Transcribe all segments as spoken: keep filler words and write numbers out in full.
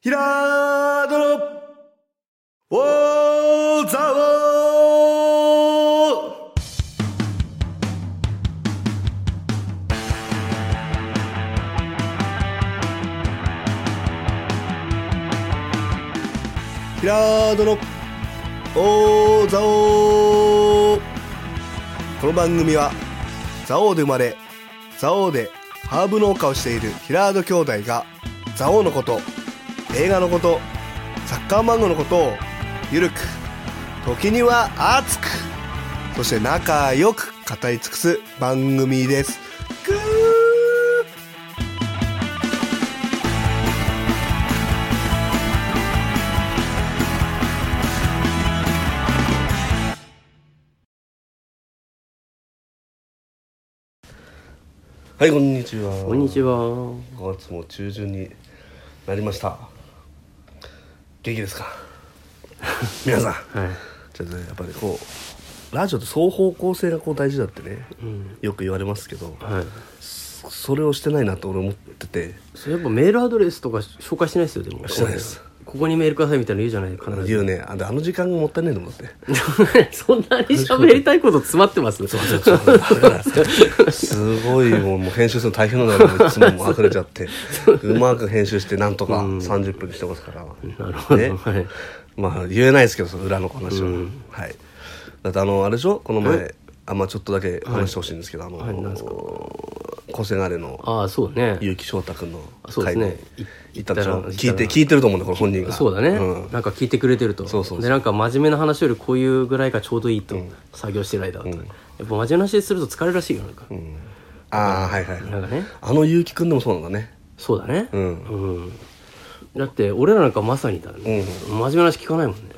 平戸の大沢平戸の大沢。この番組は蔵王で生まれ蔵王でハーブ農家をしている平戸兄弟が蔵王のこと、映画のこと、サッカー漫画のことをゆるく、時には熱く、そして仲良く語り尽くす番組です。ぐーはい、こんにちは。 こんにちは。 ごがつも中旬になりました。元気ですか皆さん。はい、ちょっとね、やっぱりこうラジオって双方向性がこう大事だってね、うん、よく言われますけど、はい、それをしてないなと俺思ってて。 それやっぱメールアドレスとか紹介してないですよ。でもしてないです。 ここにメールくださいみたいなの言うじゃないかな。 言うね。あの時間がもったいないと思ってそんなに喋りたいこと詰まってます。そうそうそうだからすごいもう、もう編集するの大変なんだよ。いつももう溢れちゃってうまく編集してなんとかさんじゅっぷんにしてますから、うん、なるほど、ね、はい、まあ言えないですけどその裏の話は、うん、はい。だってあのあれでしょ、この前あんまあ、ちょっとだけ話してほしいんですけど、はい、あの、はい、なんですか、小瀬ヶ根の結城翔太君の会に行ったでしょ。聞いて聞いてると思うんだこれ本人が。 そうだね、うん、なんか聞いてくれてると。そうそうそう。でなんか真面目な話よりこういうぐらいがちょうどいいと、うん、作業してる間だと、うん、やっぱ真面目な話すると疲れるらしいよなんか、うん、 ああはいはい。なんかね、あの結城君でもそうなんだね。 そうだね、うんうん、だって俺らなんかまさにだね、うん、真面目な話聞かないもんね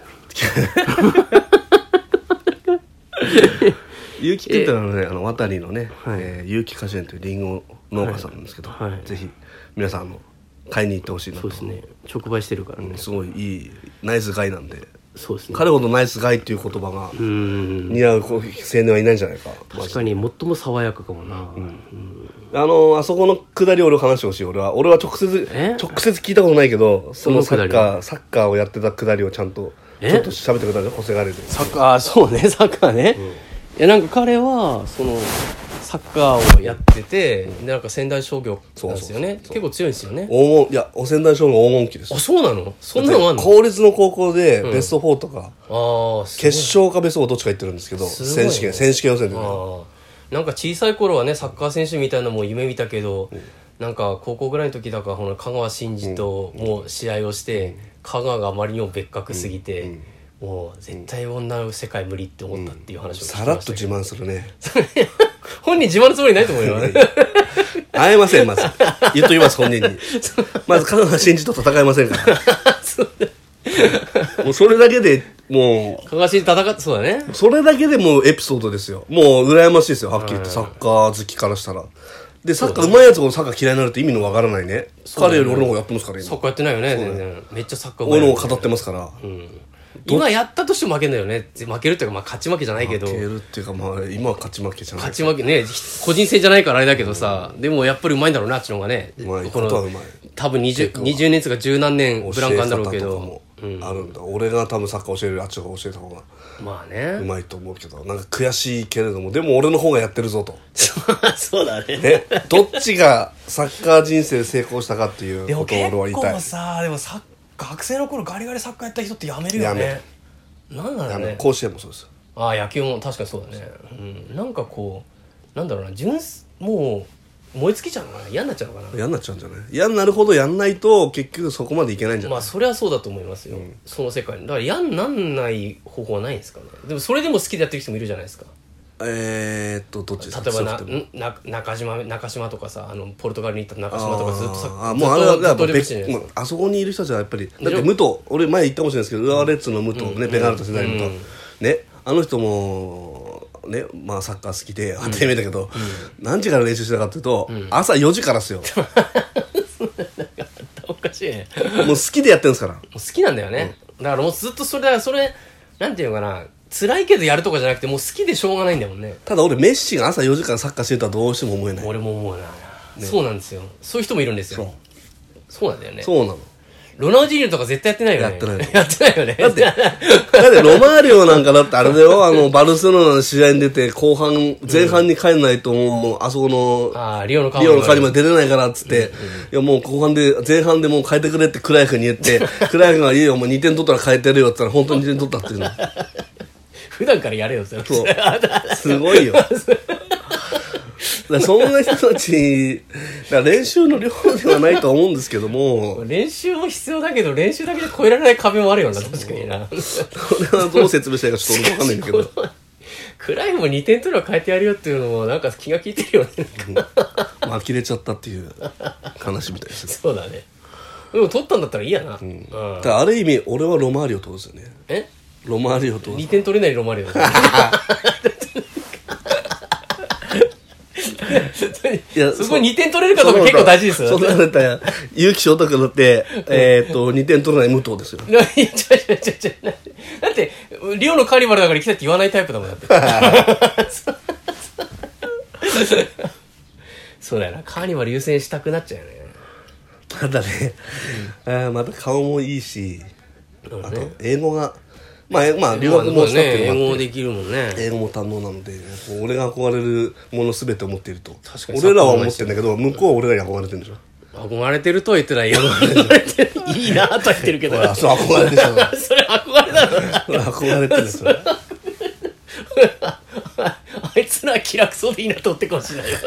結城君ってのはね、あの渡りのね、はい、えー、結城果樹園というリンゴ農家さんなんですけど、はいはい、ぜひ皆さんあの買いに行ってほしいなと。 そうですね、直売してるからね、うん、 すごいいいナイスガイなんで。 そうですね、 彼ほどナイスガイっていう言葉が似合う青年はいないんじゃないか。 確かに最も爽やかかもな、うんうん、 あのあそこの下り俺を話してほしい。俺は俺は直接直接聞いたことないけど、そのサッカーサッカーをやってた下りをちゃんとちょっと喋ってくれたんで、細がれでサッカー。そうね、サッカーね、うん、いやなんか彼はそのサッカーをやってて、でなんか仙台商業なんですよね。結構強いんですよね。 黄金、いや仙台商業黄金期です。 あ、そうなの。そんなのあんの。 公立の高校でベストフォーとか、うん、あ決勝かベストフォーどっちか行ってるんですけど、選手権選手権予選で、ね、あなんか小さい頃はねサッカー選手みたいなのも夢見たけど、うん、なんか高校ぐらいの時だからこの香川真司ともう試合をして、うん、香川があまりにも別格すぎて、うんうん、もう絶対女の世界無理って思ったっていう話を聞きましたけど、 さらっと自慢するね本人自慢のつもりないと思うよ会えません。まず言っときます本人にまず香川真司と戦えませんからもうそれだけでもう香川真司戦って。そうだね、 それだけでもうエピソードですよ。もう羨ましいですよはっきり言って、サッカー好きからしたら。でサッカー上手いやつがサッカー嫌いになるって意味のわからないね。彼より俺の方がやってますから今。 サッカーやってないよね全然。めっちゃサッカー上手い、俺の方が語ってますから、うん、 今やったとしても負けんだよね。負けるっていうか、まあ勝ち負けじゃないけど、 負けるっていうかまあ今は勝ち負けじゃない、 勝ち負けね、個人戦じゃないからあれだけどさ、うん、でもやっぱりうまいんだろうなあっちの方がね。 うまいことはうまい。 多分 20, 20年とか十何年ブランカンだろうけどあるんだ、うん、俺が多分サッカー教えるよりあっちの方が教えた方がまあねうまいと思うけど、なんか悔しいけれどもでも俺の方がやってるぞとそうだ ね, ねどっちがサッカー人生で成功したかっていうことを俺は言いたい。 でも結構さ、でもさ学生の頃ガリガリサッカーやった人ってやめるよね。やめなんだろうね。 甲子園もそうですよ。 ああ野球も確かにそうだね、うん、なんかこうなんだろうな、純もう燃え尽きちゃうのかな、嫌になっちゃうのかな。 嫌になっちゃうんじゃない。嫌になるほどやんないと結局そこまでいけないんじゃない。 まあそれはそうだと思いますよ、うん、その世界だから嫌になんない方法はないんですかね。でもそれでも好きでやってる人もいるじゃないですか。 えーっとどっちですか。 例えばなな中島中島とかさ、あのポルトガルに行った中島とかずっとさああもうあれはやっぱ別、まあそこにいる人たちはやっぱりだって武藤、俺前言ったかもしれないですけど、浦和レッズの武藤ね、ベガルタ世代の武藤ね、あの人もね、まあサッカー好きで当たり前だけど、うん、何時から練習してたかっていうと、うん、朝よじからですよおかしいねもう好きでやってるんですから。もう好きなんだよね、うん、だからもうずっとそれだからそれなんていうのかな、辛いけどやるとかじゃなくてもう好きでしょうがないんだもんね。 ただ俺メッシが朝よじからサッカーしてるとはどうしても思えない。 俺も思うな、ね、そうなんですよ。そういう人もいるんですよ。そうそうなんだよね。 そうなの。 ロナウジーニョとか絶対やってないよね。 やってないやってないよね。 だって、だってロマーリオなんかだってあれだよ、あの、バルセロナの試合に出て、後半、前半に帰んないともう、もうあそこの、 ああ、リオのリオのカーニまで出れないからっつって、いやもう後半で、前半でもう変えてくれってクライフに言って、クライフがいいよ、もうにてん取ったら変えてるよって言ったら、本当ににてん取ったっていうの。 普段からやれよってそう。すごいよ。だそんな人たち、だ練習の量ではないと思うんですけども、 練習も必要だけど、練習だけで越えられない壁もあるよな、確かにな。 これはどう説明したいかちょっと俺わかんないんだけど。 クライもにてん取れば変えてやるよっていうのも、なんか気が利いてるよね。 うん、まあ、呆れちゃったっていう話みたいですね。 そうだね。でも取ったんだったらいいやな。うん。 だからある意味、俺はロマーリオとですよね。 えロマーリオと。 にてん取れないロマーリオだ。いやそこにてん取れるかどうか結構大事ですよ。 そんなだったら結城翔太君だってえっとにてん取れない武藤ですよ。 いやちょちょちょちょだってリオのカーニバルだから行きたいって言わないタイプだもんだって。そうだよな、カーニバル優先したくなっちゃうよね。 ただね、うん、あまた顔もいいし、あと英語がまあ、まあ、留学もしたっていうのもあって、 英語できるもんね。 英語も堪能なので、俺が憧れるものすべてを持っていると。確かに俺らは思ってるんだけど、向こうは俺らに憧れてるんでしょ。 憧れてるとは言ってないよ。憧れてる。いいなとは言ってるけど。 あ、そう、憧れでしょ。 それ憧れだろ。 憧れてるそれ。 あいつらは気楽そうでいいなと思ってかもしれないよ。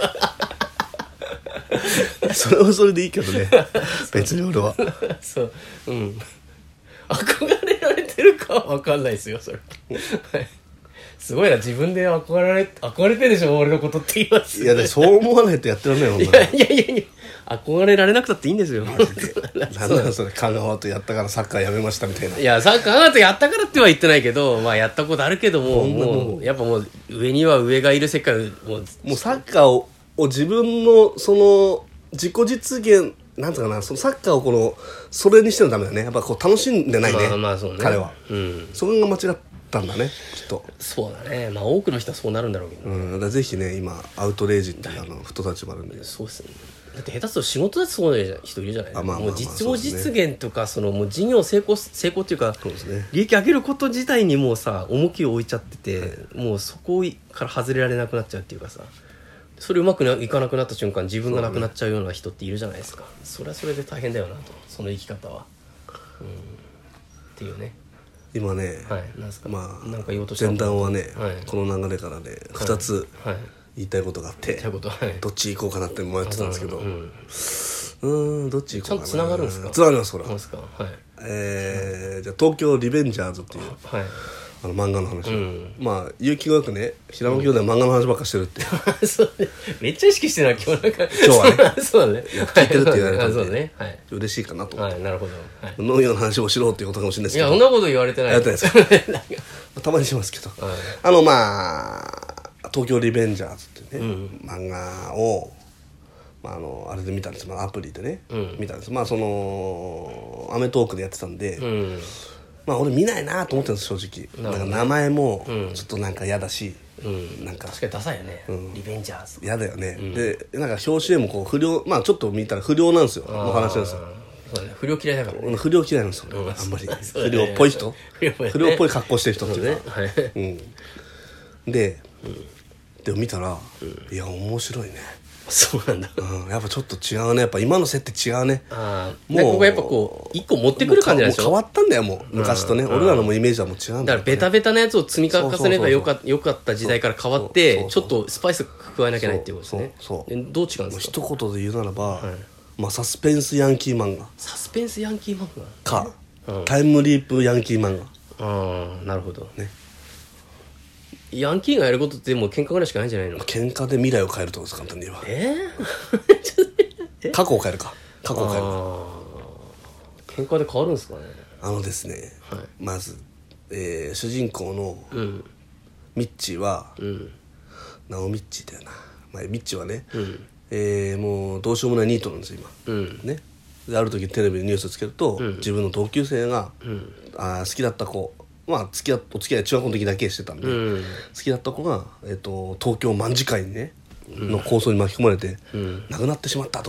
それはそれでいいけどね。別に俺は。 そう。うん。憧れられてるかは分かんないですよそれ。すごいな、自分で憧れられ憧れてるでしょ俺のことって言います、 ね、いやでそう思わないとやってらんないもんな。 いやいやいやいや憧れられなくたっていいんですよ。マジで。 なんだそれ、香川とやったからサッカーやめましたみたいな。 いやサッカー香川とやったからっては言ってないけど、まあやったことあるけども、もうやっぱもう上には上がいる世界をもうもうサッカーをを自分のその自己実現なんとかな、そのサッカーをこのそれにしてのダメだね。やっぱこう楽しんでないね、 まあまあそうね、 彼は、 うん、 それが間違ったんだねきっと。 そうだね、まあ多くの人はそうなるんだろうけど、 うん、だからぜひね今アウトレイジっていうあの太たちもあるんで。 そうですね。だって下手すると仕事だってそうな人いるじゃない。 あ、まあまあまあ、 もう実業実現とかそのもう事業成功成功っていうか、 そうですね、 利益上げること自体にもうさ重きを置いちゃってて、はい、もうそこから外れられなくなっちゃうっていうかさ、それうまくいかなくなった瞬間自分がなくなっちゃうような人っているじゃないですか。 そ,、ね、それはそれで大変だよなと、その生き方は、うん、っていうね。 今ね、 はい、なんすか、 まあ、 なんか言おうとした前段はね、 はい、 この流れからねふたつ言いたいことがあって、 はいはい、 どっち行こうかなって迷ってたんですけど、うん、うーんどっち行こうかな。 ちゃんとつながるんですか。 つながります。これは、 はい、 えー、じゃあ東京リベンジャーズっていう、はい、あの漫画の話、うん、まあ勇気がよくね平野兄弟は漫画の話ばっかしてるって、 うん、そうね、めっちゃ意識してるな今日なんか今日はねそうだね、 聞いてるって言われたんで、 そうね、はい、 嬉しいかなと思って、 はい、なるほど、はい、 農業の話をしろっていうことかもしれないですけど、 いやそんなこと言われてない。 やってないですかたまにしますけど、はい、あのまあ東京リベンジャーズっていうね、うん、漫画をまあ、あのあれで見たんです、まあ、アプリでね、うん、見たんです。まあそのアメトーークでやってたんで、うん、まあ俺見ないなと思ってるんです正直。なんか名前もちょっとなんか嫌だし、うん、なんか確かにダサいよね、うん、リベンジャーズ嫌だよね、うん、でなんか表紙絵もこう不良、まあちょっと見たら不良なんですよの話なんですよ。 そうね、不良嫌いだから、ね、 不良嫌いなんですよ、うん、あんまり、ね、不良っぽい人、不良っぽい、ね、不良っぽい格好してる人っていうか、ね、はい、うん、で、うん、でも見たら、うん、いや面白いね。 そうなんだ、 うん、やっぱちょっと違うね。やっぱ今の設定違うね。 ああ、もうここやっぱこう一個持ってくる感じなんでしょ。 もう変わったんだよもう昔とね、うん、俺らのもイメージはもう違うんだよ、ね、 だからベタベタなやつを積み重ねればよかよかった時代から変わってちょっとスパイス加えなきゃいけないっていうことですね。そうそうそう。どう違うんですか。 一言で言うならば、はい、まあサスペンスヤンキー漫画、 サスペンスヤンキー漫画か、うん、タイムリープヤンキー漫画。 ああ、なるほどね。ヤンキーがやることってもう喧嘩ぐらいしかないんじゃないの。 喧嘩で未来を変えるとです簡単に言えば。 えー、過去を変えるか過去を変えるか。喧嘩で変わるんですかね。 あのですね、はい、まず、えー、主人公のミッチーは、うん、ナオミッチーだよな、まあ、ミッチーはね、うん、えー、もうどうしようもないニートなんですよ今、うん、ね。である時テレビでニュースつけると、うん、自分の同級生が、うん、あ好きだった子、まあ付き合お付き合い中学校の時だけしてたんで、うん、好きだった子が、えー、と東京卍会にね、うん、の抗争に巻き込まれて、うん、亡くなってしまったと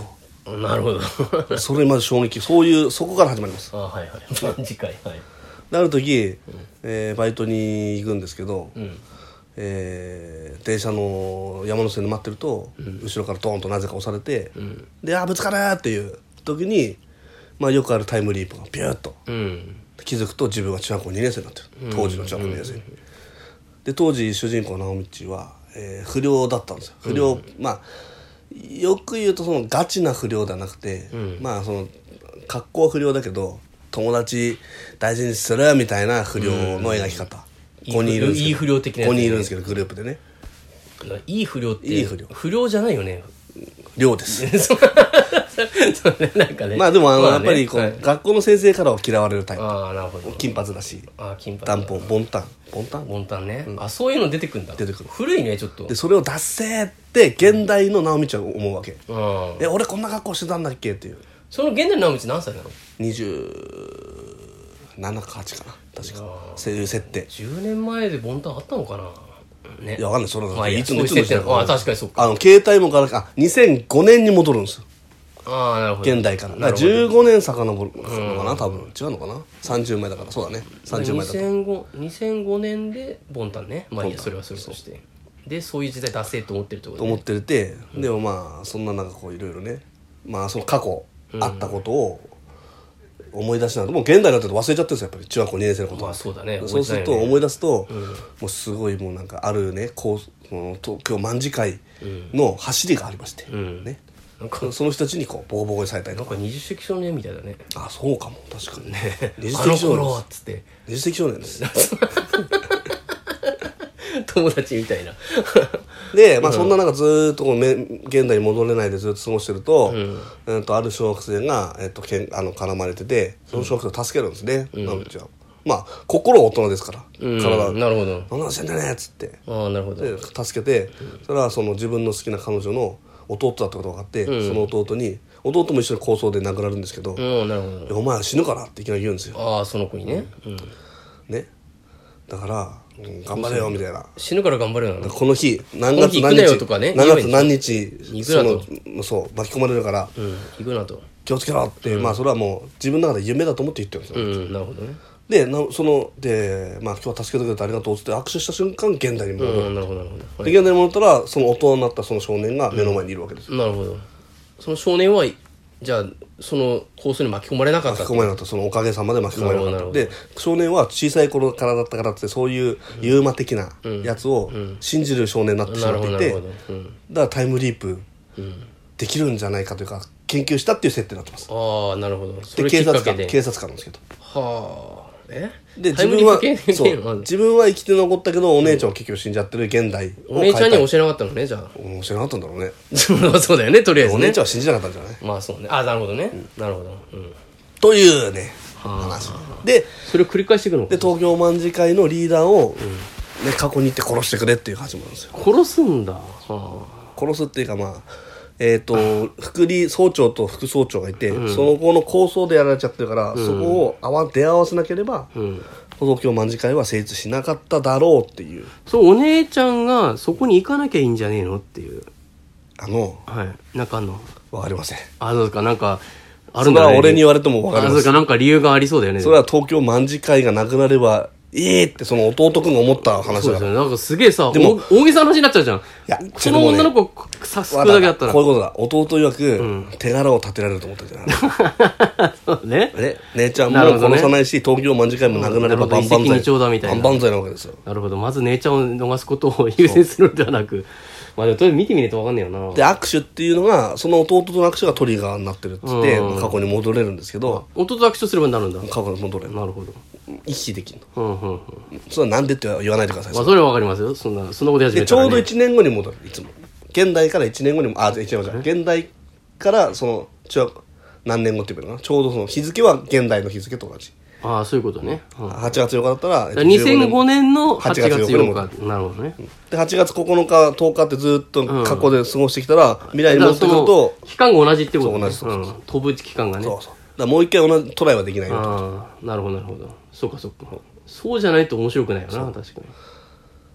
なるほどそれまず衝撃、そういうそこから始まります。 あはいはい次回はいである時、うんえー、バイトに行くんですけど、 うんえー、電車の山手線で待ってると、うん、後ろからドーンとなぜか押されて、うん、であぶつかるっていう時に、まあ、よくあるタイムリープがピューッと、うん、気づくと自分は中学校にねん生になってる、当時の中学校にねん生、うん、で当時主人公の直道は、えー、不良だったんですよ。不良、うん、まあよく言うとそのガチな不良ではなくて、うん、まあその格好は不良だけど友達大事にするみたいな不良の描き方、うん、ごにんいるんですけど、 いい不良的なやつ、ね、 ごにんいるんですけどグループでね。 いい不良っていい不良不良じゃないよね。 良ですそうね、なんかね。 まあでもあの、 まあね、 やっぱりこう、はい、学校の先生からは嫌われるタイプ。 ああなるほど。 金髪だし、 あ金髪ダンポンボンタンボンタンボンタンね、うん、あそういうの出てくるんだ。 出てくる。 古いねちょっと。 でそれを出せって現代の直道は思うわけ、うん、え俺こんな格好してたんだっけっていう。 その現代の直道何歳なの？ にじゅうななかはちかな確か。そういう設定じゅうねんまえでボンタンあったのかなね。 いやわかんない。それまあ、いいつのいつの時代か。あ確かにそっか。 あの携帯もからかにせんごねんに戻るんですよ。 ああなるほど。 現代からだからじゅうごねん遡るのかな多分。違うのかなさんじゅうまえだから。そうだねさんじゅうまえだとにせんごねんでボンタンね。まあいいやそれはそれとしてでそういう時代出せと思ってるってことね。 思ってるて、うん、でもまあそんな中こういろいろねまあその過去あったことを思い出しながら、もう現代になってると忘れちゃってるんですよやっぱり中学校にねん生のことは。 まあそうだね。 そうすると思い出すと、うん、もうすごいもうなんかあるねこう東京卍会の走りがありまして、うん、ねなんかその人たちにこうボコボコにされたりとか。 なんか二十世紀少年みたいだね。 あそうかも確かにね。 二十世紀少年あの頃っつって二十世紀少年です友達みたいなで、まあ、そんな中ずーっとこうめ現代に戻れないでずっと過ごしてると、うんえー、とある小学生が、えー、とけんあの絡まれててその小学生を助けるんですね、うん、直道は。まあ心は大人ですから、うん、体なるほど何なんしてんだねっつってあなるほどで助けて、うん、それはその自分の好きな彼女の弟だったことが分かって、うん、その弟に弟も一緒に抗争で殴られるんですけど、 うん、なるほどお前は死ぬからっていきなり言うんですよ。 ああその子にね、 うん、ねだから、うん、頑張れよみたいな。 死ぬから頑張れよな。 この日何月何日とか、ね、 何月何日そのそう巻き込まれるから、 うん、行くなと気をつけろって、うん、まあそれはもう自分の中で夢だと思って言ってるんですよ、 うん、なるほどね。 でなそので、まあ、今日は助けてくれてありがとうって握手した瞬間現代に戻る、 うん、なるほどなるほど、 はい、で現代に戻ったらその大人になったその少年が目の前にいるわけですよ、 うん、なるほど。その少年はじゃあそのコースに巻き込まれなかった巻き込まれなかった。そのおかげさまで巻き込まれなかった。で少年は小さい頃からだったからってそういうユーマ的なやつを信じる少年になってしまっていて、だからタイムリープできるんじゃないかというか研究したっていう設定になってます。 ああなるほど。それで警察きっかけで官警察官なんですけど、 はあえで自分はそう自分は生きて残ったけどお姉ちゃんは結局死んじゃってる現代をお姉ちゃんには教えなかったのねじゃあ。 教えなかったんだろうねそうだよねとりあえずね。 お姉ちゃんは信じなかったんじゃない。 まあそうね。あなるほどね、うん、なるほど、うん、 というね話でそれを繰り返していくの。 で東京卍会のリーダーを、うんね、過去に行って殺してくれっていう始まるんですよ。 殺すんだ、はあ、 殺すっていうかまあえー、と副理総長と副総長がいて、うん、その後の構想でやられちゃってるから、うん、そこをあわ出会わせなければ、うん、東京卍会は成立しなかっただろうっていう。 そうお姉ちゃんがそこに行かなきゃいいんじゃねえのっていう。 あのはいなんかあんのわかりません。 あそうかなんかあるんだね。 それは俺に言われてもわかりません。 あそうかなんか理由がありそうだよね。 それは東京卍会がなくなればええってその弟くんが思った話だ。 そうですよね。なんかすげえさでも大げさな話になっちゃうじゃん。いやその女の子さすくだけだったらこういうことだ。弟曰く、うん、手柄を立てられると思ったじゃないそうね。 ね姉ちゃんも殺さないし、ね、東京卍会もなくなれば万々歳万々歳なわけですよ。 なるほど。まず姉ちゃんを逃すことを優先するのではなくまあでもとりあえず見てみないと分かんないよな。 で握手っていうのがその弟との握手がトリガーになってるっつって、うん、過去に戻れるんですけど弟と握手すればなるんだ。 過去に戻れる。 なるほど。 意識できるの、 うんうんうん、 それはなんでって言わないでください。 まあ、それは分かりますよ。そんなそんなことや始めたら、ね、 でちょうどいちねんごに戻る。いつも現代からいちねんごにもあ違う違う現代からその中学何年後っていうのかなちょうどその日付は現代の日付と同じ。 ああそういうことね、うん、 はちがつようかだったら、 えっと、にせんごねんのはちがつようかなるほどね。 ではちがつここのかとおかってずっと過去で過ごしてきたら、うん、未来に戻ってくると期間が同じってことね。 そう同じそうそうそう、 うん、飛ぶ期間がね。 そうそうだからもう一回同じトライはできないよと。 ああなるほどなるほど。そうかそうか。そうじゃないと面白くないよな。確かに。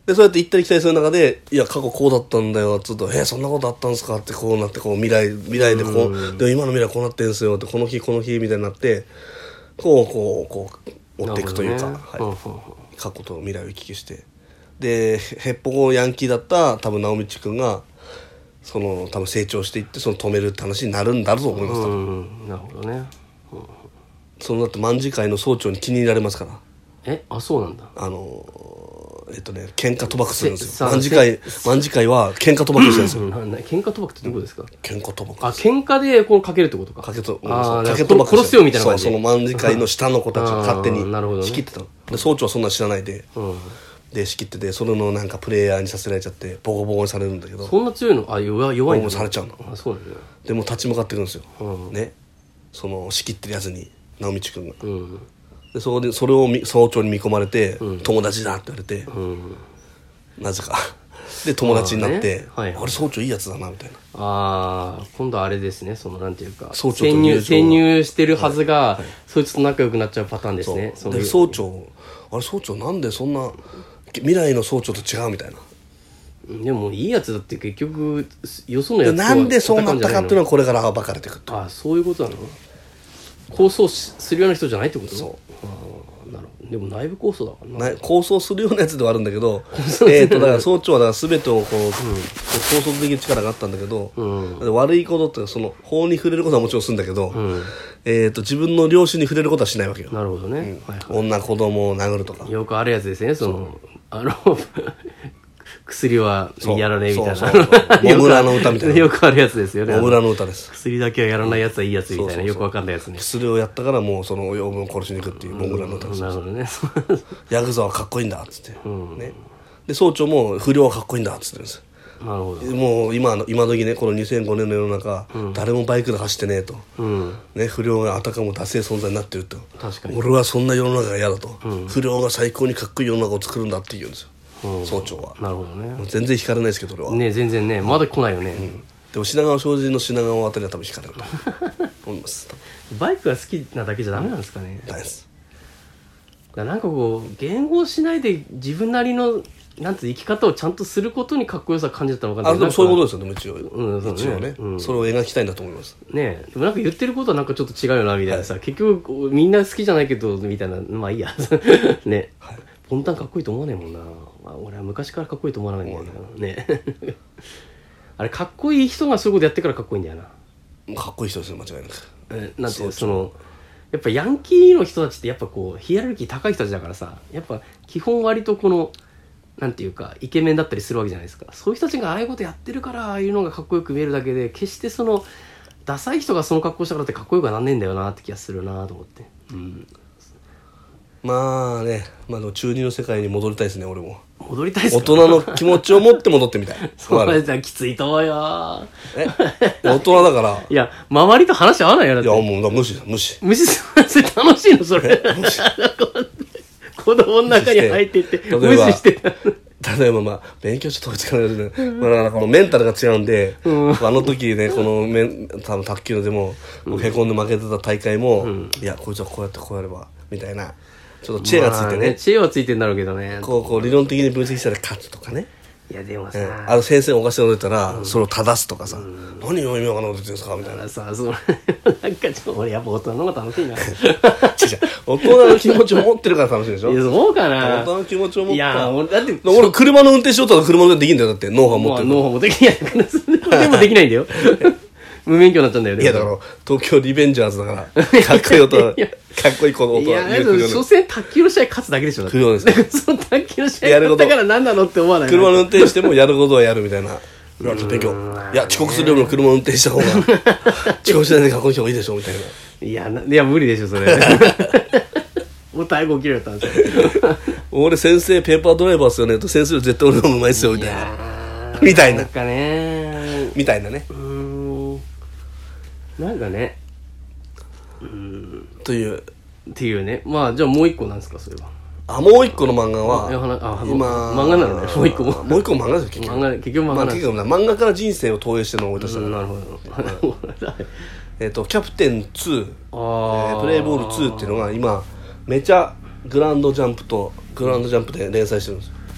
でそうやって行ったり来たりする中でいや過去こうだったんだよちょっとえー、そんなことあったんですかってこうなってこう未来未来でこう、うん、でも今の未来こうなってんすよってこの日この日みたいになってこうこうこう追っていくというか、ねはいうん、過去と未来を行き来してでへっぽこヤンキーだった多分直道くんがその多分成長していってその止めるって話になるんだろうと思います、 うん、なるほどね、 うん、そのだって卍会の総長に気に入られますからえあそうなんだあのえっとね喧嘩賭博するんですよ卍会卍会は喧嘩賭博してるんですよ喧嘩賭博ってどこですか喧嘩賭博あ喧嘩でこうかけるってことかかけとあかけ賭博殺すよみたいな感じそうその卍会の下の子たちを勝手に仕切ってたの、 ね、 で総長はそんな知らないで、うんで仕切っててそれのなんかプレイヤーにさせられちゃってボコボコにされるんだけどそんな強いのあ弱弱いのされちゃうのあそうなんだよでも立ち向かってくるんですよ、 うん、 ねその仕切ってるやつに直道くんが、 うん、 でそこでそれを総長に見込まれて、うん、友達だって言われて、うん、なぜかで友達になって、ねはいはい、あれ総長いいやつだなみたいなああ今度はあれですねそのなんていうか総長と潜入潜入してるはずが、はいはい、そいつと仲良くなっちゃうパターンですねそで総長あれ総長なんでそんな未来の総長と違うみたいなでもいいやつだって結局よそのやつとなんでそうなったかっていうのはこれから暴かれていくああそういうことなの構想するような人じゃないってことそうあなるほどでも内部構想だからな構想するようなやつではあるんだけどえとだから総長はだから全てをこう、うん、統率できる力があったんだけど、うん、悪いことってその法に触れることはもちろんするんだけど、うんえー、と自分の良心に触れることはしないわけよなるほどね、うんはいはい、 女子供を殴るとかよくあるやつですねそのあの薬はやらねえみたいなモグラの歌みたいなよくあるやつですよねモグラの歌です薬だけはやらないやつはいいやつみたいな、うん、そうそうそうよくわかんないやつね薬をやったからもうその養分を殺しに行くっていうモグラの歌です、 うん、なるほどねヤクザはかっこいいんだっつって、うんね、で総長も不良はかっこいいんだっつってるんですなるほどもう今の今時ねこのにせんごねんの世の中、うん、誰もバイクで走ってねえと、うんね、不良があたかもダセえ存在になってると確かに俺はそんな世の中が嫌だと、うん、不良が最高にかっこいい世の中を作るんだって言うんですよ、うん、総長はなるほどね全然惹かれないですけど俺はね全然ねまだ来ないよね、うん、 でも品川庄司の品川あたりは多分惹かれると思いますバイクが好きなだけじゃダメなんですかね、 うん、ダメですだなんかこう言語しないで自分なりのなんて生き方をちゃんとすることにかっこよさ感じたのかなあでもそういうことですよでも一応、うんそうね、一応ね、 うん、 それを描きたいんだと思いますねでもなんか言ってることはなんかちょっと違うよなみたいなさ、はい、結局みんな好きじゃないけどみたいなまあいいやね、はい、ポンタンかっこいいと思わないもんな、まあ、俺は昔からかっこいいと思わないんだよねあれかっこいい人がそういうことやってからかっこいいんだよなかっこいい人ですよ間違いなくえなんていうそのやっぱヤンキーの人たちってやっぱこうヒエラルキー高い人たちだからさやっぱ基本割とこのなんていうかイケメンだったりするわけじゃないですかそういう人たちがああいうことやってるからああいうのがかっこよく見えるだけで決してそのダサい人がその格好したからってかっこよくはなんねえんだよなって気がするなと思って、うん、 まあね、まあ、でも中二の世界に戻りたいですね俺も戻りたいですか大人の気持ちを持って戻ってみたいそうですねきついと思うよえ大人だからいや周りと話合わないよだっていやもう無視無視無視する楽しいのそれ無視子供の中に入っていって無視してた例えばまあ勉強ちょっと落ち着かないですね、まあ、だからこのメンタルが違うんで、うん、あの時ねこのメン多分卓球でもへこんで負けてた大会も、うん、いやこいつはこうやってこうやればみたいなちょっと知恵がついてね,、まあ、ね知恵はついてんだろうけどねこうこう理論的に分析したら勝つとかねいやでもさ、 うん、あの先生がおかしいこと言ったら、うん、それを正すとかさ、うん、何を意味わかんないこと言ってるんですかみたいなさそのなんかちょっと俺やっぱ大人の方が楽しいな大人の気持ちを持ってるから楽しいでしょいやそうかな大人の気持ちを持ったいや俺だって俺車の運転しようと車の運転できんだよだってノウハウ持ってる、 まあ、ノウハウもできないからでもできないんだよ無免許になっちゃうんだよねいやだから東京リベンジャーズだからかっこいい音かっこいい子の音はいや所詮卓球の試合勝つだけでしょ不良ですねその卓球の試合勝ったから何なのって思わない車の運転してもやることはやるみたいな勉強いや遅刻するよりも車の運転した方が遅刻しないでかっこいい方がいいでしょみたいないやないや無理でしょそれもう太鼓切れたんですよ俺先生ペーパードライバーっすよねと先生絶対俺の方がうまいっすよみたいなみたいななんかねみたいなねうーんなんかねうーんというっていうねまあじゃあもう一個なんですかそれはあもう一個の漫画はあ今漫画なのねもう一個ももう一個漫画ですよ結局漫画結局漫画なんです、 まあ、漫画から人生を投影してるのを思い出した、 うん、なるほどえっとキャプテンツー、えー、プレイボールツーっていうのが今めちゃグランドジャンプとグランドジャンプで連載してるんですよ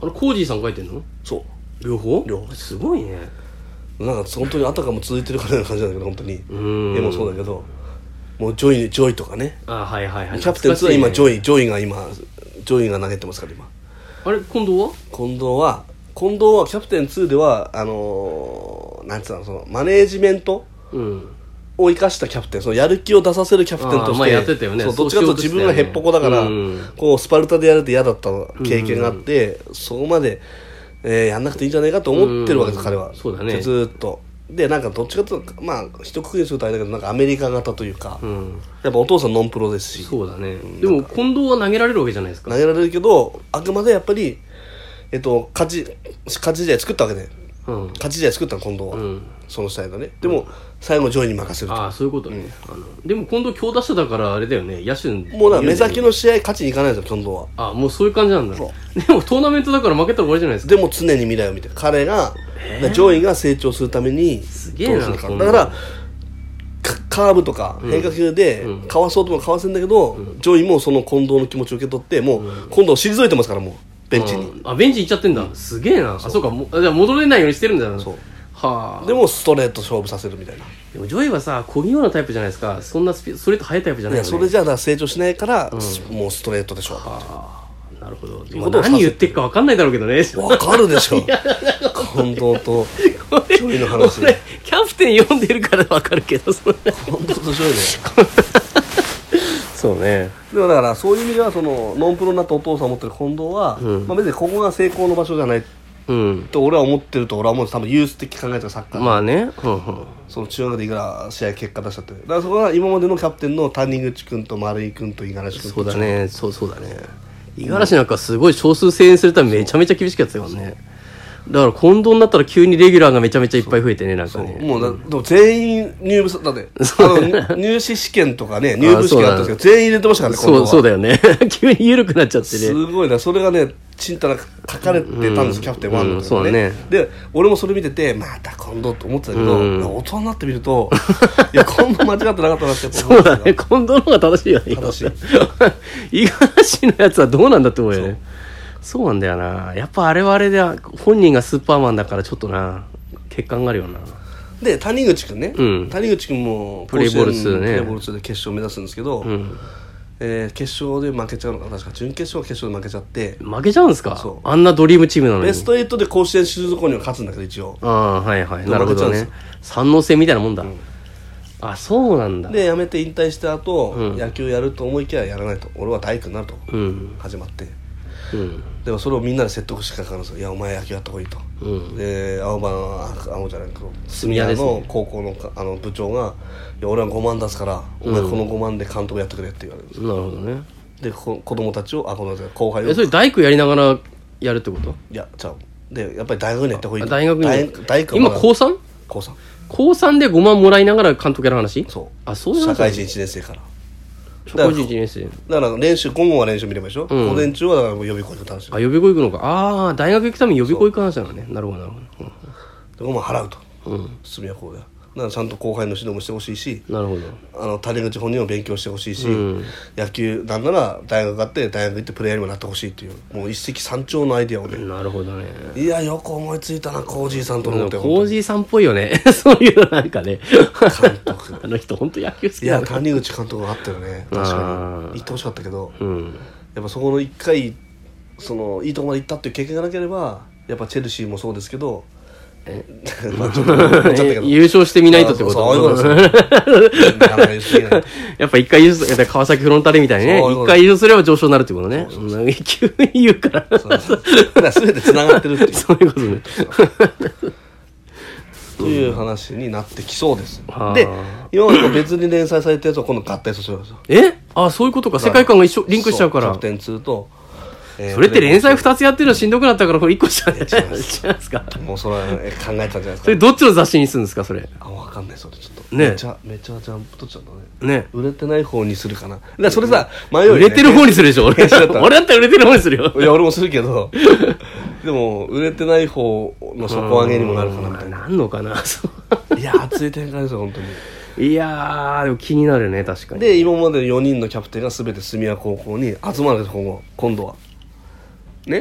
あのコージーさん書いてんの？ そう両方？ 両方すごいね。 なんか本当にあたかも続いてるかのような感じなんだけど本当にうん絵もそうだけどもうジョイジョイとかねあはいはいはいキャプテンツーは今ジョイイジョイが今ジョイが投げてますから今あれ近藤は近藤は近藤はキャプテンツーではあのー、なんつうのそのマネージメントうんを生かしたキャプテンそのやる気を出させるキャプテンとして、 まあやってたよねそうどっちかというと自分がへっぽこだから、うん、こうスパルタでやると嫌だった経験があって、うん、そこまで、えー、やんなくていいんじゃないかと思ってるわけです、うん、彼はそうだねずーっとでなんかどっちかというとまあ一括りにするとあれだけどなんかアメリカ型というか、うん、やっぱお父さんノンプロですしそうだね、うん、でも近藤は投げられるわけじゃないですか投げられるけどあくまでやっぱりえっと勝ち勝ち試合作ったわけで、うん、勝ち試合作ったの近藤は、うん、そのスタイルだねでも、うん、最後ジョイに任せるとああそういうことね、うん、あのでも近藤強打者だからあれだよね野手もうだから目先の試合勝ちに行かないんですよ近藤はあもうそういう感じなんだでもトーナメントだから負けたら終わりじゃないですかでも常に未来を見て彼がジョイが成長するためにすげえなだからカーブとか変化球でかわそうともかわせるんだけど、うん、ジョイもその近藤の気持ちを受け取ってもう近藤を退いてますからもうベンチに、 うん、あベンチ行っちゃってんだ、うん、すげえなそうあそうかもじゃあ戻れないようにしてるんだよそうはあ、 でもストレート勝負させるみたいなでもジョイはさ小気味なタイプじゃないですかそんなスピストレート速いタイプじゃないよねいやそれじゃあだ成長しないから、うん、もうストレートでしょはあなるほど、まあ、何言ってるか分かんないだろうけどね分かるでしょ近藤とジョイの話これキャプテン読んでるから分かるけどそれ近藤とジョイねそうねでもだからそういう意味ではそのノンプロになったお父さんを持ってる近藤は、うんまあ、別にここが成功の場所じゃないうん、と俺は思ってると俺は思う多分ユース的考えたサッカーまあね、うんうん、 その中学でいくら試合結果出しちゃってだからそこは今までのキャプテンの谷口君と丸井君と五十嵐君そうだねそうそうだね五十嵐なんかすごい少数制にするためめちゃめちゃ厳しかったよねだから近藤になったら急にレギュラーがめちゃめちゃいっぱい増えてねなんかねもうだでも全員入部だってあの入試試験とかね入部試験あったんですけど全員入れてましたからねそうそうだよね急に緩くなっちゃってねすごいなそれがねちんたら書かれてたんです、うん、キャプテンワンのところね、 うん、 で俺もそれ見ててまた近藤と思ってたけど、うん、大人になってみるといや近藤間違ってなかったなってそうだね近藤の方が正しいよね正しい五十嵐のやつはどうなんだって思うよねそうなんだよなやっぱあれはあれで本人がスーパーマンだからちょっとな欠陥があるよなで谷口くんね、 うん、 谷口くんもプレーボールツーねプレーボールツーで決勝を目指すんですけど、うんえー、決勝で負けちゃうのか確か準決勝は決勝で負けちゃって負けちゃうんですかそうあんなドリームチームなのにベストエイトで甲子園シリーズ校には勝つんだけど一応ああはいはいなるほどね三能戦みたいなもんだ、うん、あそうなんだで辞めて引退した後、うん、野球やると思いきややらないと俺は大工になると、うん、始まってうん、でもそれをみんなで説得してかかるんですよいやお前野球やった方がいいと、うん、で青葉青じゃないけど住谷の高校 の, あの部長がいや俺はごまん出すからお前このごまんで監督やってくれって言われるんですよ、 なるほどねでこ子供たちをあこの後輩をえそれ大工やりながらやるってこといやちゃうでやっぱり大学にやった方がいいと大学に大大今高 さん? 高 さん高さんでごまんもらいながら監督やる話そうあそう社会人いちねん生から社会人いちねん生だから練習午後は練習見ればいいでしょ、うん、午前中はだから予備校行く話あ予備校行くのかああ大学行くために予備校行く話なのねなるほどなるほど、 うん、でごまん払うと、うん、住谷校でだからちゃんと後輩の指導もしてほしいしなるほどあの谷口本人も勉強してほしいし、うん、野球なんなら大学があって大学行ってプレイヤーにもなってほしいっていうもう一石三鳥のアイディアをねなるほどねいやよく思いついたなコージーさんと思ってコージーさんっぽいよねそういうのなんかね監督あの人本当野球好きいや谷口監督があったよね確かに言ってほしかったけど、うん、やっぱそこの一回そのいいとこまで行ったっていう経験がなければやっぱチェルシーもそうですけどまあちょっと思っちゃったけど優勝してみないとってことそういうことですよやっぱ一回優勝川崎フロンターレみたいにね一回優勝すれば上昇になるってことねそうそうそう急に言うからそうそう全て繋がってるっていうそういうことねという話になってきそうです、うん、で今まで別に連載されたやつは今度合体させるんですよえあそういうことか世界観が一緒リンクしちゃうからキャプテンツーとえー、それって連載ふたつやってるのしんどくなったからこれいっこしちゃうんじゃないですかもうそれは、ね、考えたんじゃないですかそれどっちの雑誌にするんですかそれあ分かんないそれちょっと、 ね、 めちゃめちゃジャンプとっちゃうんだねね売れてない方にするかなだからそれさ、うん、迷うよ、 ね、売れてる方にするでしょ俺だったら売れてる方にするよいや俺もするけどでも売れてない方の底上げにもなるかなみたいななんのかないや熱い展開ですよ本当にいやーでも気になるね確かにで今までよにんのキャプテンが全て住谷高校に集まるんです今後今度はね、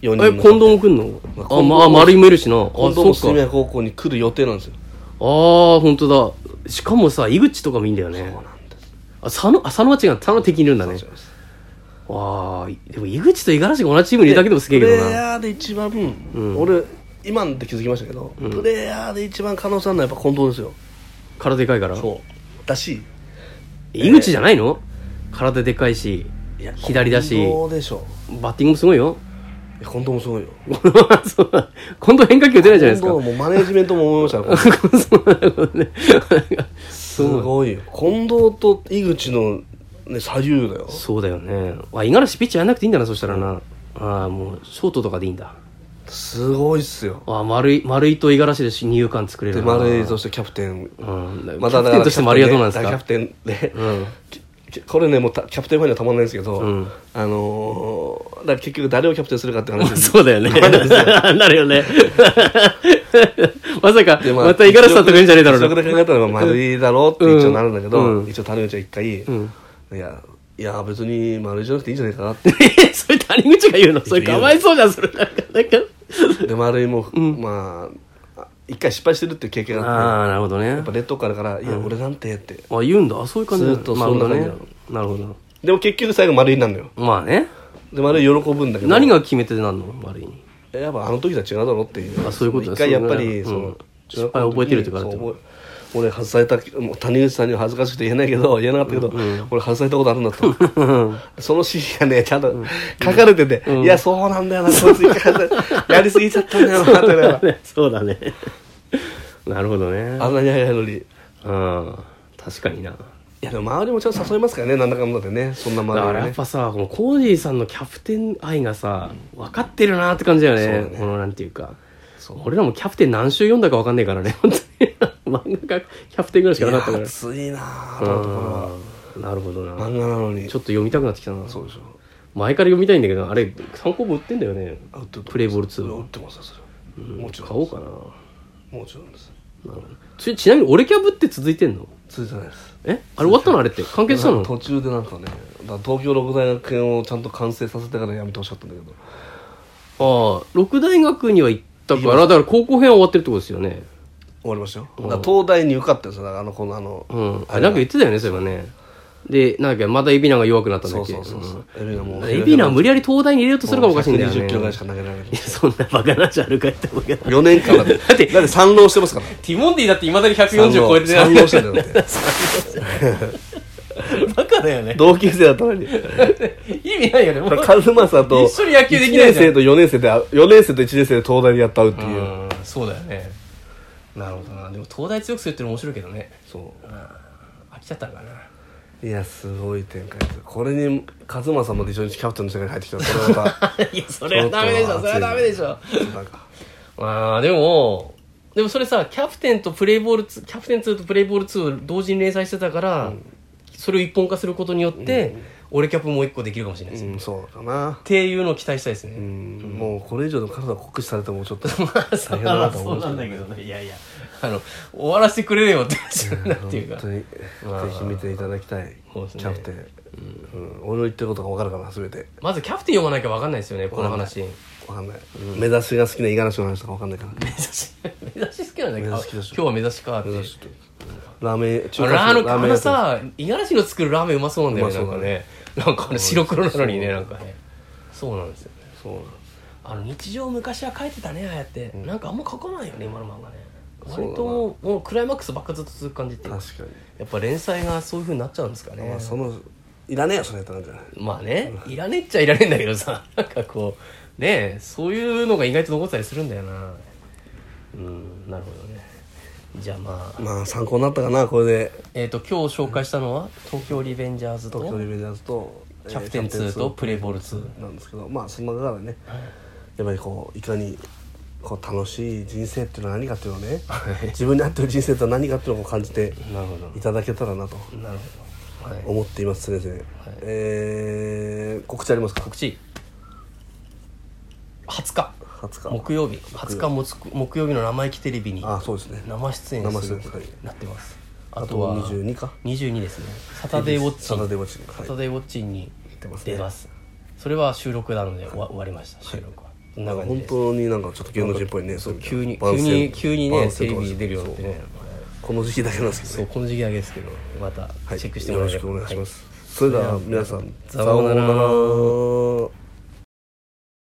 よにんのえ近藤も来んの、 まああまあ丸井もいるしな。あ近藤も住谷高校に来る予定なんですよ。 ああ本当だ。しかもさ井口とかもいいんだよね。 そうなんです。 あ佐野あ佐野は違う佐野敵にいるんだね。 そうですわあでも井口と五十嵐が同じチームにいるだけでもすげえけどプレイな。 ヤーで一番、 ん俺今で気づきましたけど、 うんプレイヤーで一番可能性あるのはやっぱ近藤ですよ。 体でかいから。 そうだし井口じゃないの？体でかいしいや左だし近藤でしょ。 バッティングもすごいよ。 いや近藤もすごいよ。 そう今度変化球出ないじゃないですか。 近藤もマネージメントも思いましたねそうなるほどね。 すごいよ。近藤と井口の、ね、左右だよ。 そうだよね。あ五十嵐ピッチャーやんなくていいんだなそしたらな。ああもうショートとかでいいんだ。 すごいっすよ。 あ丸い丸井と五十嵐で二遊間作れるでな。 丸井としてキャプテン、 うん、 まキャプテンとして丸井はどうなんですか。 キャプテンで、 うんきこれねもうたキャプテンファンにはたまんないんですけど、 うんあのー、だから結局誰をキャプテンするかって話そうだよね。なるよね。まさかでまた五十嵐さんとか言うんじゃねえだろうそこで考えたら丸井だろうって一応なるんだけど、 うん一応谷口は一回、 うんいやいや別に丸井じゃなくていいんじゃないかなってえそれ谷口が言うの？それかわいそうじゃんそれ。なんかなんかで丸井も、まああ一回失敗してるっていう経験があって、 ああなるほどね。 やっぱ劣等感あるから、いや俺なんてってあ言うんだ。あそういう感じなんだ。 ずっとなるほどねそんな感じなるほど。 でも結局最後丸井になるのよ。 まあね。 で丸井喜ぶんだけど、 何が決め手でなんの丸いに。 やっぱあの時とは違うだろうっていう。 あそういうことだ一回やっぱりそうねうんその失敗を覚えてるってからってそう覚え俺外されたもう谷口さんには恥ずかしくて言えないけど言えなかったけど、俺外されたことあるんだとそのシーンがねちゃんと書かれてて、いやそうなんだよなこいつ一回やりすぎちゃったんだよなってなそうだね。なるほどね。 あんなに早いのに。いうん確かにな。 やでも周りもちゃんと誘いますからねなんだかんだでねそんな周りはねだからやっぱさこのコージーさんのキャプテン愛がさ分かってるなって感じだよね。 そうだねこのなんていうかそう俺らもキャプテン何週読んだか分かんないからね本当に漫画がキャプテンぐらいしかなかったから。 いや熱いなあのところはうんなるほどな。 漫画なのにちょっと読みたくなってきたな。 そうでしょ。 前から読みたいんだけどあれ参考本売ってんだよね。 あ売ってるプレイボールツー売ってますよそれ、もちろん買おうかな。 もちろんです。 なるほどちちなみに俺キャブって続いてんの？ 続いてないです。 えあれ終わったのあれって完結したの？ 途中でなんかねだから東京六大学園をちゃんと完成させてからやめてほしかったんだけどああ六大学には行ったからだから高校編は終わってるってことですよね。 終わりましたよ。だから東大に受かったんですよだからあのこのあの、 うんあれなんか言ってたよねそういえばね。でなんだっけまた海老名が弱くなったんだそうっけ。 そうそうそう海老名もうん海老名は無理やり東大に入れようとするからおかしいんだよね。 ひゃくにじゅっキロぐらいしか投げられないいやそんなバカな話あるかいって思うけど。 よねんかんだってだってだって三浪してますからティモンディだっていまだにひゃくよんじゅう超えて三浪してんだよだってバカだよね。 同級生だったのに意味ないよね。もうカズマサと一緒に野球できいちねんないじゃん生とよねん生でよねん生といちねん生で東大でやったうっていう、 うんそうだよね。なるほどな。でも東大強くするっての面白いけどね。 そ飽きちゃったのかな。 ういやすごい展開ですこれにカズマさんも一緒にキャプテンの世界に入ってきたらそれはまたいやそれはダメでしょそれはダメでしょ。 なんかまあでもでもそれさキャプテンとプレイボールツーキャプテンツーとプレイボールツー同時に連載してたから、それを一本化することによって、俺キャップもう一個できるかもしれないです、 うんそうかなっていうのを期待したいですね。 うんもうこれ以上の体を酷使されてもちょっとまあそう大変だなと思そううんですけどなんだけどね。いやいやあの終わらせてくれよって話になっていうか本当にぜひ見ていただきたいキそうですねャプテン、うん俺の言ってることが分かるかな全てまずキャプテン読まなきゃ分かんないですよねこの話。 分かんない、目指しが好きな五十嵐の話とか分かんないから目指し目指し好きなんだけど目指し好きでしょ今日は目指しかって目指しってラーメン中あのあのあのラーメン屋さ五十嵐の作るラーメンうまそうなんだよねうまそうだねなんかねなんかあの白黒なのにねそうなんかねそうなんですよね。 そうなのあの日常昔は書いてたねああやって、なんかあんま書かないよね今の漫画ね。 そうだな割ともうもうクライマックスばっかずっと続く感じっていうか確かに、 やっぱ連載がそういう風になっちゃうんですかね。 まあ、そのいらねえよそれってなんじゃないまあねいらねえっちゃいらねえんだけどさなんかこうねえそういうのが意外と残ってたりするんだよな。うんなるほどね。じゃあまあまあ参考になったかなこれでえっ、と今日紹介したのは東京リベンジャーズと東京リベンジャーズとキャプテンツーとプレイボールツーなんですけどまあその中からねやっぱりこういかにこう楽しい人生っていうのは何かっていうのをね自分に合ってる人生ってのは何かっていうのを感じてなるほどいただけたらなとなるほど、はい、 思っています先生、えー、告知ありますか？ 告知はつかはつか木曜日はつかもつ木曜日の生意気テレビにあそうですね生出演することになってます。あとはにじゅうにかにじゅうにですねサタデーウォッチンサタデーウォッチングサタデーウォッチンに出ますね出ます。それは収録なので終わ終わりました収録はこんな感じ本です。 当になんかちょっと芸能人っぽいね。 そう急に番宣急に急にね番宣とかテレビ出るようになってね。 この時期だけなんですけどね。 そうこの時期だけですけどまたはいチェックしてもらえれば、 よろしくお願いします。 はいそれでは皆さん、 さようなら。